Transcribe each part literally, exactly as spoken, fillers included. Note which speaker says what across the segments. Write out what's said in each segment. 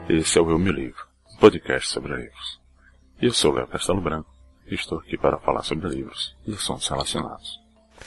Speaker 1: Esse é o Eu Me Livro, um podcast sobre livros. Eu sou Léo Castelo Branco e estou aqui para falar sobre livros e assuntos relacionados.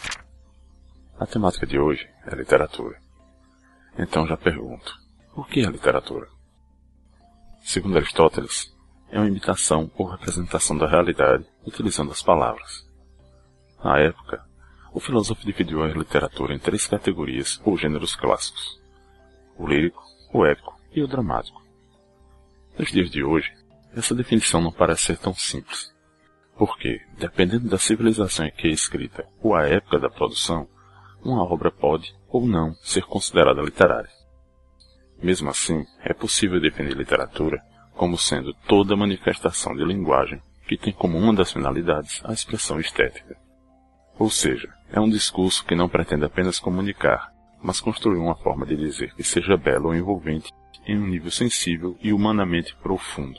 Speaker 1: A temática de hoje é literatura. Então já pergunto, o que é literatura? Segundo Aristóteles, é uma imitação ou representação da realidade utilizando as palavras. Na época, o filósofo dividiu a literatura em três categorias ou gêneros clássicos: o lírico, o épico e o dramático. Nos dias de hoje, essa definição não parece ser tão simples, porque, dependendo da civilização em que é escrita ou a época da produção, uma obra pode ou não ser considerada literária. Mesmo assim, é possível definir literatura como sendo toda manifestação de linguagem que tem como uma das finalidades a expressão estética. Ou seja, é um discurso que não pretende apenas comunicar, mas construir uma forma de dizer que seja bela ou envolvente em um nível sensível e humanamente profundo.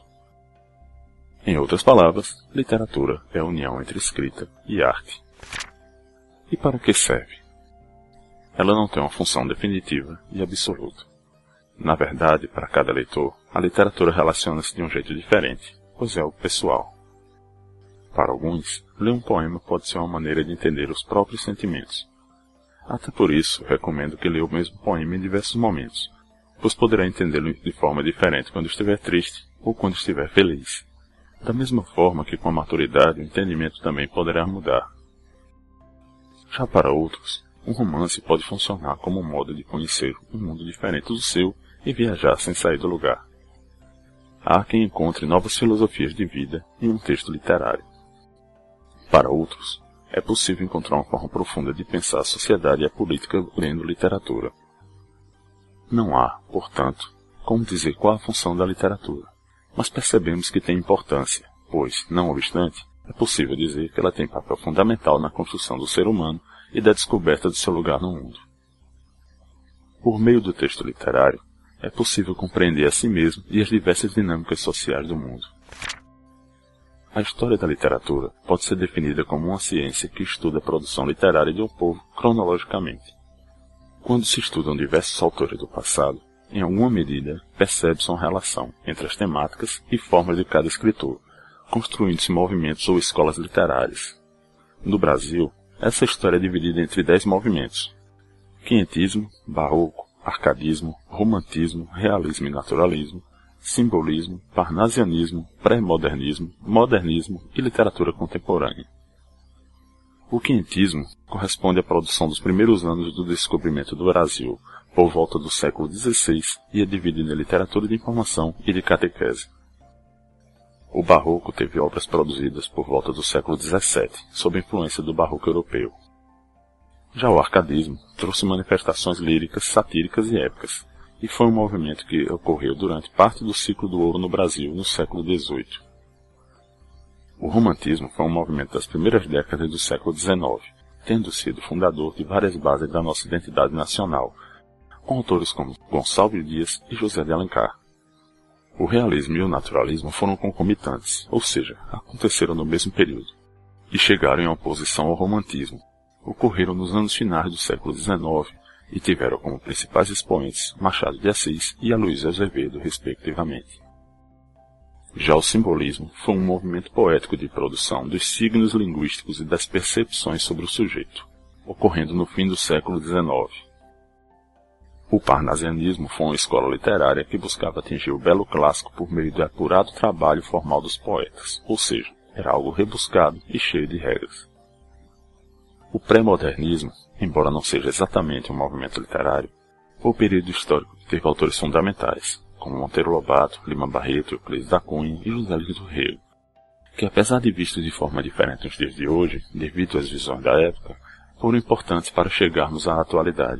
Speaker 1: Em outras palavras, literatura é a união entre escrita e arte. E para que serve? Ela não tem uma função definitiva e absoluta. Na verdade, para cada leitor, a literatura relaciona-se de um jeito diferente, pois é algo pessoal. Para alguns, ler um poema pode ser uma maneira de entender os próprios sentimentos. Até por isso, recomendo que leia o mesmo poema em diversos momentos, pois poderá entendê-lo de forma diferente quando estiver triste ou quando estiver feliz. Da mesma forma que com a maturidade o entendimento também poderá mudar. Já para outros, um romance pode funcionar como um modo de conhecer um mundo diferente do seu e viajar sem sair do lugar. Há quem encontre novas filosofias de vida em um texto literário. Para outros, é possível encontrar uma forma profunda de pensar a sociedade e a política lendo literatura. Não há, portanto, como dizer qual a função da literatura, mas percebemos que tem importância, pois, não obstante, é possível dizer que ela tem papel fundamental na construção do ser humano e da descoberta do seu lugar no mundo. Por meio do texto literário, é possível compreender a si mesmo e as diversas dinâmicas sociais do mundo. A história da literatura pode ser definida como uma ciência que estuda a produção literária de um povo cronologicamente. Quando se estudam diversos autores do passado, em alguma medida, percebe-se uma relação entre as temáticas e formas de cada escritor, construindo-se movimentos ou escolas literárias. No Brasil, essa história é dividida entre dez movimentos: quinhentismo, barroco, arcadismo, romantismo, realismo e naturalismo, simbolismo, parnasianismo, pré-modernismo, modernismo e literatura contemporânea. O quinhentismo corresponde à produção dos primeiros anos do descobrimento do Brasil, por volta do século dezesseis, e é dividido em literatura de informação e de catequese. O barroco teve obras produzidas por volta do século dezessete, sob a influência do barroco europeu. Já o arcadismo trouxe manifestações líricas, satíricas e épicas, e foi um movimento que ocorreu durante parte do ciclo do ouro no Brasil no século dezoito. O romantismo foi um movimento das primeiras décadas do século dezenove, tendo sido fundador de várias bases da nossa identidade nacional, com autores como Gonçalves Dias e José de Alencar. O realismo e o naturalismo foram concomitantes, ou seja, aconteceram no mesmo período, e chegaram em oposição ao romantismo. Ocorreram nos anos finais do século dezenove e tiveram como principais expoentes Machado de Assis e Aloysio Azevedo, respectivamente. Já o simbolismo foi um movimento poético de produção dos signos linguísticos e das percepções sobre o sujeito, ocorrendo no fim do século dezenove. O parnasianismo foi uma escola literária que buscava atingir o belo clássico por meio do apurado trabalho formal dos poetas, ou seja, era algo rebuscado e cheio de regras. O pré-modernismo, embora não seja exatamente um movimento literário, foi o período histórico que teve autores fundamentais, como Monteiro Lobato, Lima Barreto, Euclides da Cunha e José Lins do Rego, que apesar de vistos de forma diferente nos dias de hoje, devido às visões da época, foram importantes para chegarmos à atualidade.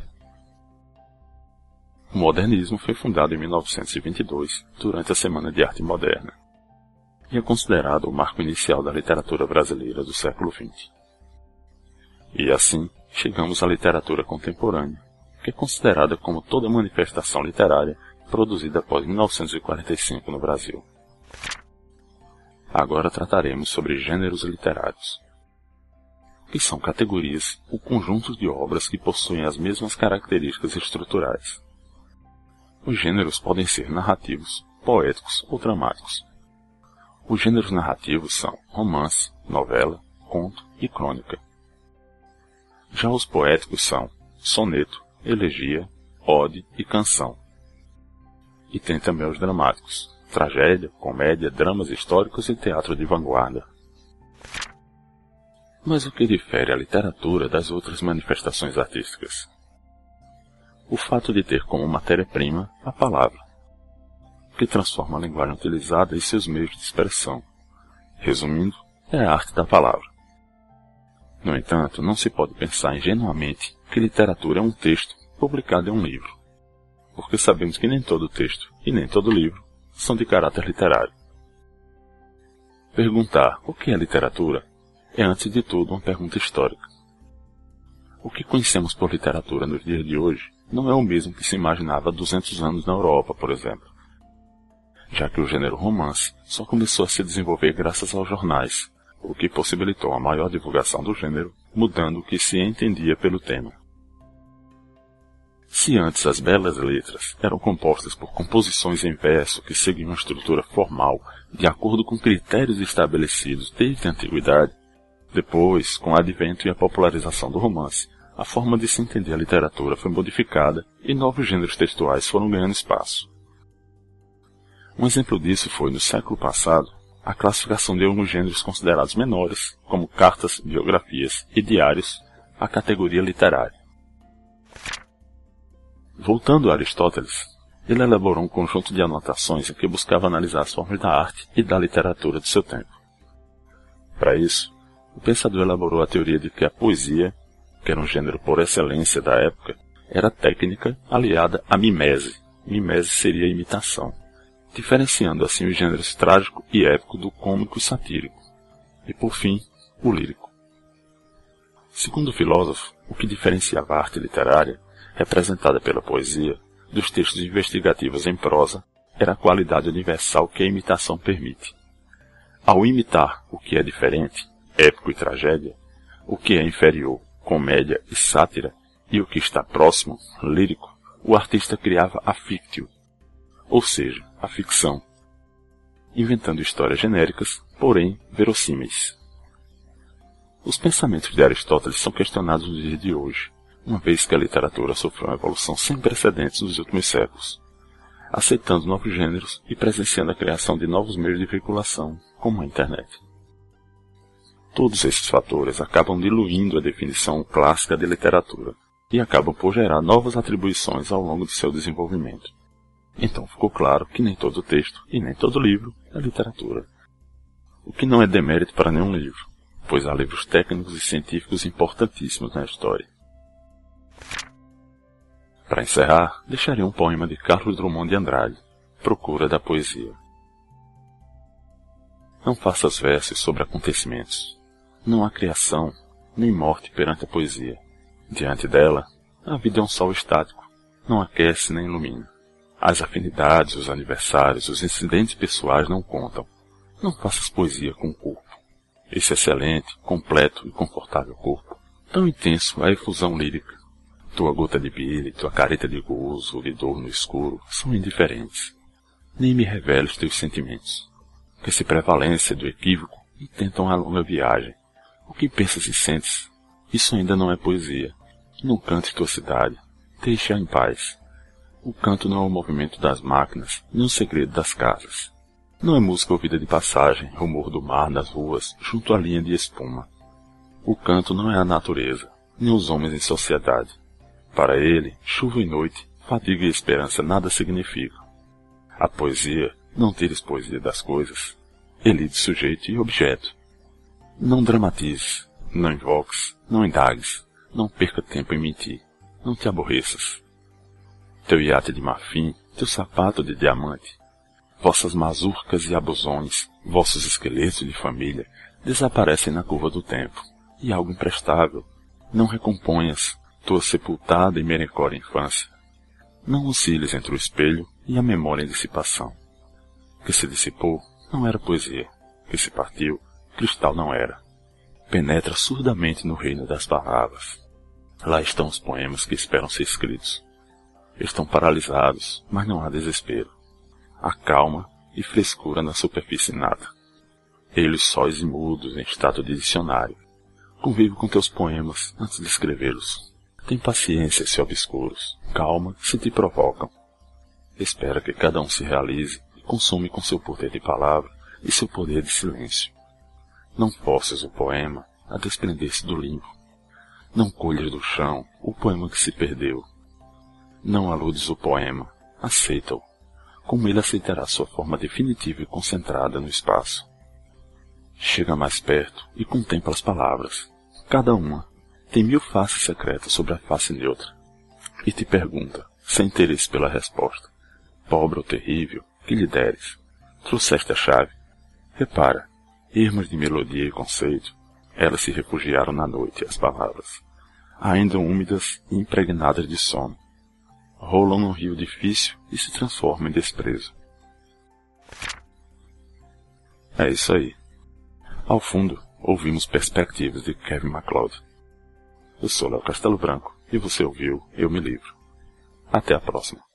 Speaker 1: O modernismo foi fundado em mil novecentos e vinte e dois, durante a Semana de Arte Moderna, e é considerado o marco inicial da literatura brasileira do século vinte. E assim, chegamos à literatura contemporânea, que é considerada como toda manifestação literária produzida após mil novecentos e quarenta e cinco no Brasil. Agora trataremos sobre gêneros literários, que são categorias ou conjuntos de obras que possuem as mesmas características estruturais. Os gêneros podem ser narrativos, poéticos ou dramáticos. Os gêneros narrativos são romance, novela, conto e crônica. Já os poéticos são soneto, elegia, ode e canção. E tem também os dramáticos, tragédia, comédia, dramas históricos e teatro de vanguarda. Mas o que difere a literatura das outras manifestações artísticas? O fato de ter como matéria-prima a palavra, que transforma a linguagem utilizada e seus meios de expressão. Resumindo, é a arte da palavra. No entanto, não se pode pensar ingenuamente que literatura é um texto publicado em um livro, porque sabemos que nem todo texto e nem todo livro são de caráter literário. Perguntar o que é literatura é, antes de tudo, uma pergunta histórica. O que conhecemos por literatura nos dias de hoje não é o mesmo que se imaginava há duzentos anos na Europa, por exemplo, já que o gênero romance só começou a se desenvolver graças aos jornais, o que possibilitou a maior divulgação do gênero, mudando o que se entendia pelo tema. Se antes as belas letras eram compostas por composições em verso que seguiam uma estrutura formal de acordo com critérios estabelecidos desde a antiguidade, depois, com o advento e a popularização do romance, a forma de se entender a literatura foi modificada e novos gêneros textuais foram ganhando espaço. Um exemplo disso foi, no século passado, a classificação de alguns gêneros considerados menores, como cartas, biografias e diários, à categoria literária. Voltando a Aristóteles, ele elaborou um conjunto de anotações em que buscava analisar as formas da arte e da literatura do seu tempo. Para isso, o pensador elaborou a teoria de que a poesia, que era um gênero por excelência da época, era técnica aliada à mimese. Mimese seria a imitação, diferenciando assim os gêneros trágico e épico do cômico e satírico, e por fim, o lírico. Segundo o filósofo, o que diferenciava a arte literária, representada pela poesia, dos textos investigativos em prosa, era a qualidade universal que a imitação permite. Ao imitar o que é diferente, épico e tragédia, o que é inferior, comédia e sátira, e o que está próximo, lírico, o artista criava a fictio, ou seja, a ficção, inventando histórias genéricas, porém verossímeis. Os pensamentos de Aristóteles são questionados nos dias de hoje, uma vez que a literatura sofreu uma evolução sem precedentes nos últimos séculos, aceitando novos gêneros e presenciando a criação de novos meios de veiculação, como a internet. Todos esses fatores acabam diluindo a definição clássica de literatura e acabam por gerar novas atribuições ao longo de seu desenvolvimento. Então ficou claro que nem todo texto e nem todo livro é literatura. O que não é demérito para nenhum livro, pois há livros técnicos e científicos importantíssimos na história. Para encerrar, deixarei um poema de Carlos Drummond de Andrade, Procura da Poesia. Não faças versos sobre acontecimentos. Não há criação, nem morte perante a poesia. Diante dela, a vida é um sol estático, não aquece nem ilumina. As afinidades, os aniversários, os incidentes pessoais não contam. Não faças poesia com o corpo. Esse excelente, completo e confortável corpo, tão intenso a efusão lírica. Tua gota de bile, tua careta de gozo ou de dor no escuro são indiferentes. Nem me reveles teus sentimentos, que se prevalência do equívoco e tentam a longa viagem. O que pensas e sentes? Isso ainda não é poesia. Não cante tua cidade. Deixa-a em paz. O canto não é o movimento das máquinas, nem o segredo das casas. Não é música ouvida de passagem, rumor do mar nas ruas, junto à linha de espuma. O canto não é a natureza, nem os homens em sociedade. Para ele, chuva e noite, fadiga e esperança nada significam. A poesia, não tires poesia das coisas. Ele de sujeito e objeto. Não dramatizes, não invoques, não indagues, não perca tempo em mentir, não te aborreças. Teu iate de marfim, teu sapato de diamante, vossas mazurcas e abusões, vossos esqueletos de família, desaparecem na curva do tempo, e algo imprestável, não recomponhas tua sepultada e merencória infância. Não osciles entre o espelho e a memória em dissipação. Que se dissipou não era poesia, que se partiu, cristal não era. Penetra surdamente no reino das palavras. Lá estão os poemas que esperam ser escritos. Estão paralisados, mas não há desespero. a calma e frescura na superfície nata. Eles sóis e mudos em estado de dicionário. Convive com teus poemas antes de escrevê-los. Tem paciência se obscuros, calma se te provocam. Espera que cada um se realize e consome com seu poder de palavra e seu poder de silêncio. Não forces o poema a desprender-se do limbo. Não colhas do chão o poema que se perdeu. Não aludes o poema, aceita-o, como ele aceitará sua forma definitiva e concentrada no espaço. Chega mais perto e contempla as palavras. Cada uma tem mil faces secretas sobre a face neutra. E te pergunta, sem interesse pela resposta, pobre ou terrível, que lhe deres? Trouxeste a chave? Repara, ermas de melodia e conceito, elas se refugiaram na noite, as palavras, ainda úmidas e impregnadas de sono. Rolam num rio difícil e se transformam em desprezo. É isso aí. Ao fundo, ouvimos Perspectivas de Kevin MacLeod. Eu sou Léo Castelo Branco e você ouviu Eu Me Livro. Até a próxima.